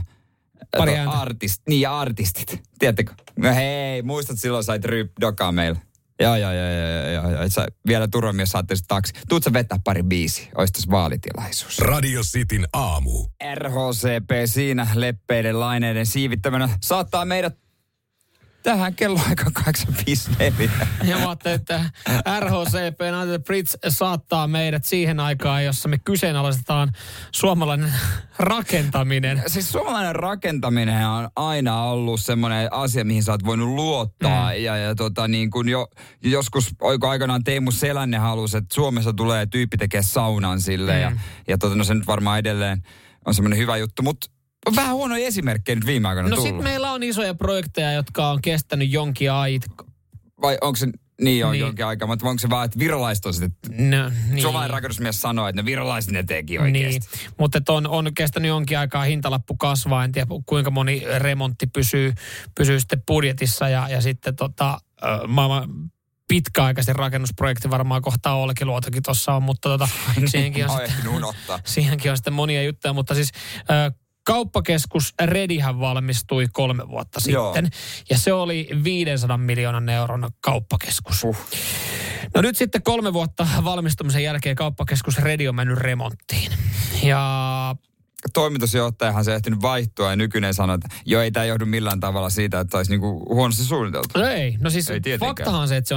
Artistit. Tiedättekö? No hei, muistat silloin sait dokaa meillä. Joo. Sä vielä turvamies saatte taksi. Tuut sä vetää pari biisiä. Ois tässä vaalitilaisuus. Radio Cityn aamu. RHCP siinä leppeiden laineiden siivittämänä saattaa meidät tähän kelloaikaan 8.4. Ja mä ajattelin, että RHCP United Brits saattaa meidät siihen aikaan, jossa me kyseenalaistetaan suomalainen rakentaminen. Siis suomalainen rakentaminen on aina ollut semmoinen asia, mihin sä oot voinut luottaa. Niin kuin joskus aikanaan Teemu Selänne halusi, että Suomessa tulee tyyppi tekee saunan sille. Ja se nyt varmaan edelleen on semmoinen hyvä juttu, mutta on vähän huonoja esimerkkejä nyt viime aikoina tullut. No sit meillä on isoja projekteja, jotka on kestänyt jonkin aikaa. Vai onko se jonkin aikaa, mutta onko se vaan, että virolaiset on sitten... No, niin. Suomalainen rakennusmies sanoo, että ne virolaiset ne teki oikeasti. Niin, mutta on kestänyt jonkin aikaa, hintalappu kasvaa, en tiedä kuinka moni remontti pysyy sitten budjetissa ja sitten maailman pitkäaikaisen rakennusprojekti varmaan kohtaa Olkiluotokin tuossa on, mutta siihenkin on sitten monia juttuja, mutta siis... Kauppakeskus Redihän valmistui 3 vuotta sitten. Ja se oli 500 miljoonan euron kauppakeskus. No nyt sitten 3 vuotta valmistumisen jälkeen kauppakeskus Redi on mennyt remonttiin. Ja... Toimitusjohtajahan se ehtinyt vaihtua ja nykyinen sanoi, että ei tämä johdu millään tavalla siitä, että olisi niinku huonosti suunniteltu. No ei. No siis faktahan se, että se on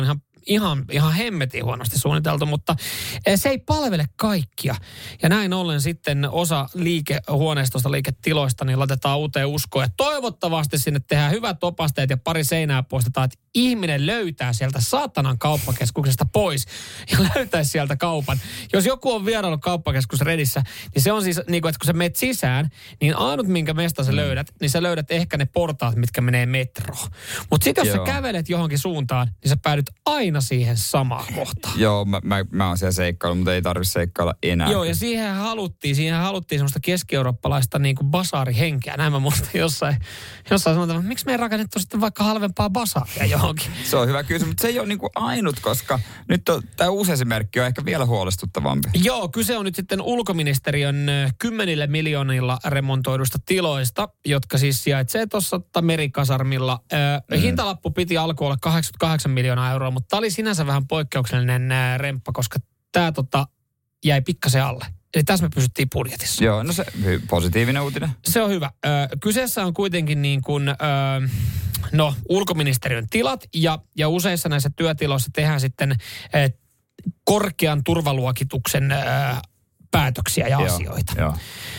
ihan hemmetin huonosti suunniteltu, mutta se ei palvele kaikkia. Ja näin ollen sitten osa liikehuoneistosta, liiketiloista, niin laitetaan uuteen uskoon. Ja toivottavasti sinne tehdään hyvät opasteet ja pari seinää poistetaan, että ihminen löytää sieltä saatanan kauppakeskuksesta pois ja löytäisi sieltä kaupan. Jos joku on vieraillut kauppakeskus Redissä, niin se on siis, niin kuin, että kun sä menet sisään, niin ainut minkä mesta sä löydät, niin sä löydät ehkä ne portaat, mitkä menee metroon. Mutta sitten jos sä kävelet johonkin suuntaan, niin sä päädyt aina siihen samaan kohtaan. Joo, mä oon siellä seikkailu, mutta ei tarvitse seikkailla enää. Joo, ja siihen haluttiin semmoista keski-eurooppalaista niin kuin basaarihenkeä. Näin mä muistan jossain sanotaan, että miksi me ei rakennettu sitten vaikka halvempaa basaaria johonkin? Se on hyvä kysymys, mutta se ei ole niin kuin ainut, koska nyt tämä uusi esimerkki on ehkä vielä huolestuttavampi. Joo, kyse on nyt sitten ulkoministeriön 10 miljoonilla remontoidusta tiloista, jotka siis sijaitsee tuossa merikasarmilla. Hintalappu piti alkuun olla 88 miljoonaa euroa, mutta tämä oli sinänsä vähän poikkeuksellinen remppa, koska tämä jäi pikkasen alle. Eli tässä me pysyttiin budjetissa. Joo, no se positiivinen uutinen. Se on hyvä. Kyseessä on kuitenkin niin kuin, ulkoministeriön tilat ja useissa näissä työtiloissa tehdään sitten korkean turvaluokituksen päätöksiä ja asioita. Joo.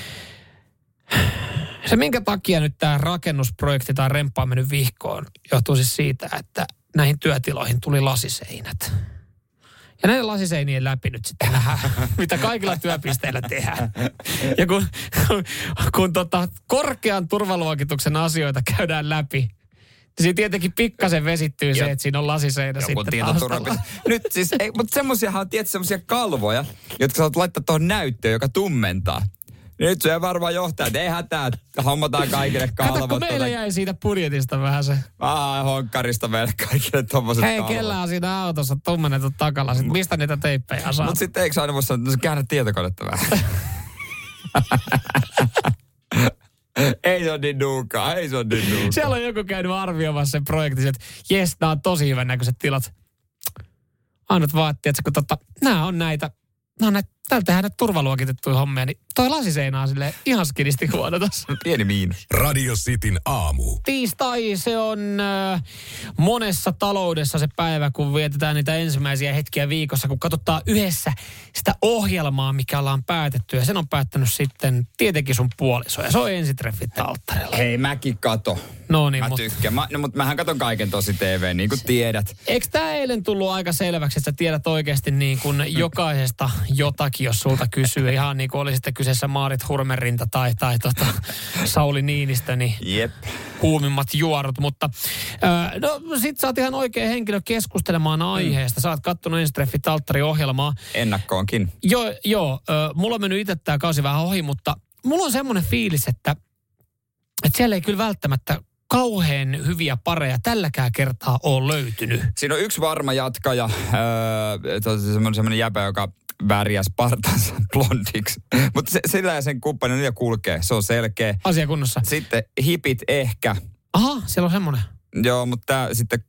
Se, minkä takia nyt tämä rakennusprojekti tai remppa on mennyt vihkoon, johtuu siis siitä, että näihin työtiloihin tuli lasiseinät. Ja näiden lasiseinien läpi nyt sitten nähdään, mitä kaikilla työpisteillä tehdään. Ja kun korkean turvaluokituksen asioita käydään läpi, niin siinä tietenkin pikkasen vesittyy se, että siinä on lasiseinä sitten taustalla. Nyt siis, mutta semmoisiahan on tietysti semmoisia kalvoja, jotka saat laittaa tuohon näyttöön, joka tummentaa. Nyt se varmaan johtaa, että ei hätää, hommataan kaikille kalvot. Kato, kun meillä jäi siitä budjetista vähän se. Honkkarista meille kaikille tommoset kalvot. Hei, kellä on siinä autossa tummennetut takalla? Sitten mistä niitä teippejä saa? Mutta sitten eikö aina voi sanoa, että käännä tietokonetta vähän? Ei se ole niin nuukaa, Siellä on joku käynyt arvioimassa sen projektin, että jes, nämä on tosi hyvän näköiset tilat. Ainut vaan, että kun nämä on näitä, täällä tehdään näitä turvaluokitettuja hommia, niin toi lasiseinä on silleen ihan skinisti huono tossa. Pieni miinus. Radio Cityn aamu. Tiistai, se on monessa taloudessa se päivä, kun vietetään niitä ensimmäisiä hetkiä viikossa, kun katsotaan yhdessä sitä ohjelmaa, mikä ollaan päätetty. Ja sen on päättänyt sitten tietenkin sun puoliso. Ja se on ensitreffit alttarilla. Hei, mäkin kato. No niin, mä tykkään. Mutta mähän katon kaiken tosi TV, niin kuin tiedät. Eikö tää eilen tullut aika selväksi, että sä tiedät oikeasti niin kuin jokaisesta jotakin, jos sulta kysyy. Ihan niin kuin oli sitten kyseessä Maarit Hurmerinta tai Sauli Niinistö, niin Jep. kuumimmat juorut. Mutta sit sä oot ihan oikea henkilö keskustelemaan aiheesta. Sä oot kattonut ensitreffit alttari-ohjelmaa. Ennakkoonkin. Joo. Mulla on mennyt itse tää kausi vähän ohi, mutta mulla on semmoinen fiilis, että siellä ei kyllä välttämättä kauhean hyviä pareja tälläkään kertaa ole löytynyt. Siinä on yksi varma jatkaja, semmoinen jäbä, joka värjäs partansa blondiksi. Mutta sillä ja sen kumppanin ja kulkee, se on selkeä. Asia kunnossa. Sitten hipit ehkä. Aha, siellä on semmoinen. Joo, mutta tää sitten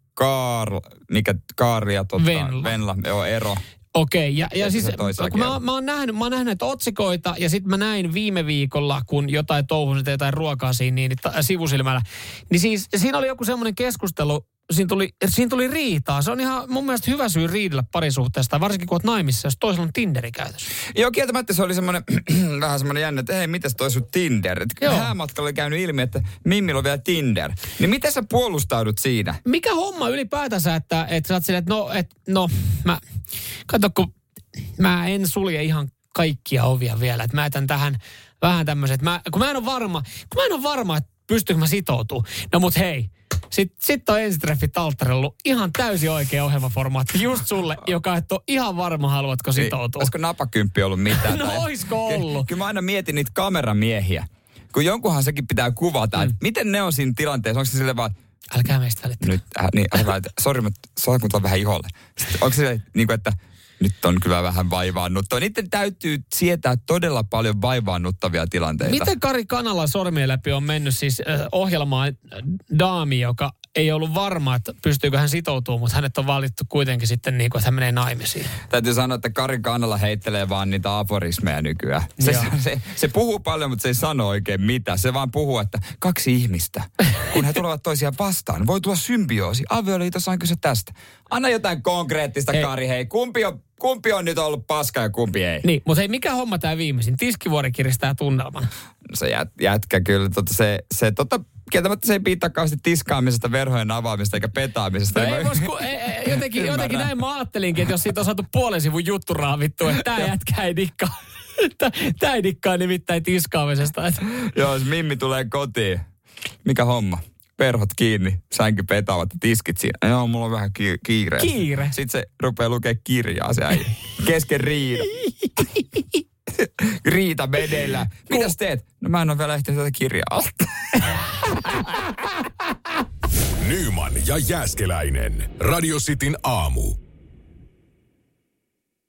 Kaari ja Venla, joo, ero. Okei, ja siis kun mä oon nähnyt näitä otsikoita ja sitten mä näin viime viikolla, kun jotain touhusin jotain ruokaa siinä sivusilmällä, niin siis siinä oli joku semmoinen keskustelu, siinä tuli riitaa. Se on ihan mun mielestä hyvä syy riidellä parisuhteesta, varsinkin kun oot naimissa, jos toisella on Tinderi käytössä. Joo, kieltämättä se oli semmoinen vähän semmoinen jännä, että hei, mitäs toi sun Tinder? Häämatkalla oli käynyt ilmi, että Mimmillä on vielä Tinder. Niin miten sä puolustaudut siinä? Mikä homma ylipäätänsä, että sä oot silleen, kato, kun mä en sulje ihan kaikkia ovia vielä, että mä jätän tähän vähän tämmöisen, kun mä en ole varma, että pystyykö mä sitoutumaan. No mut hei, sit on ensitreffit alttarilla ollut ihan täysin oikea ohjelmaformaatti just sulle, joka et ole ihan varma, haluatko sitoutua. Olisiko napakymppi ollut mitään? No oisko ollut? Kyllä mä aina mietin niitä kameramiehiä, kun jonkunhan sekin pitää kuvata, että miten ne on siinä tilanteessa, onko se silleen vaan, älkää meistä välittää. Nyt, sori, mutta saanko tulla vähän iholle? Sitten, onko se niin kuin, että nyt on kyllä vähän vaivaannuttaa. Niiden täytyy sietää todella paljon vaivaannuttavia tilanteita. Miten Kari Kanalan sormien läpi on mennyt siis ohjelmaan daami, joka ei ollut varma, että pystyykö hän sitoutumaan, mutta hänet on valittu kuitenkin sitten niin kuin, että hän menee naimisiin. Täytyy sanoa, että Kari Kannala heittelee vaan niitä aforismeja nykyään. Se puhuu paljon, mutta se ei sano oikein mitä. Se vaan puhuu, että 2 ihmistä, kun he tulevat toisiaan vastaan, voi tulla symbioosi. Avioliitossa on kyse tästä. Anna jotain konkreettista, Kari, hei. Kumpi on nyt ollut paska ja kumpi ei? Niin, mutta hei, mikä homma tämä viimeisin? Tiskivuori kiristää tunnelman. Se jätkä kyllä, kieltämättä se ei piittaa kauheasti tiskaamisesta, verhojen avaamisesta eikä petaamisesta. Jotenkin näin mä ajattelinkin, että jos siitä on saatu puolen sivun juttu raavittu, että tää jätkä ei dikkaa. Tää ei dikkaa nimittäin tiskaamisesta. Joo, jos Mimmi tulee kotiin. Mikä homma? Perhot kiinni, sänky petaavat ja tiskit siinä. Joo, mulla on vähän kiire. Kiire? Sitten se rupeaa lukemaan kirjaa se äijä. Kesken riidan. Riita meneillä. Mitäs teet? No mä en ole vielä ehtinyt tätä kirjaa. Nyman ja Jääskeläinen. Radio Cityn aamu.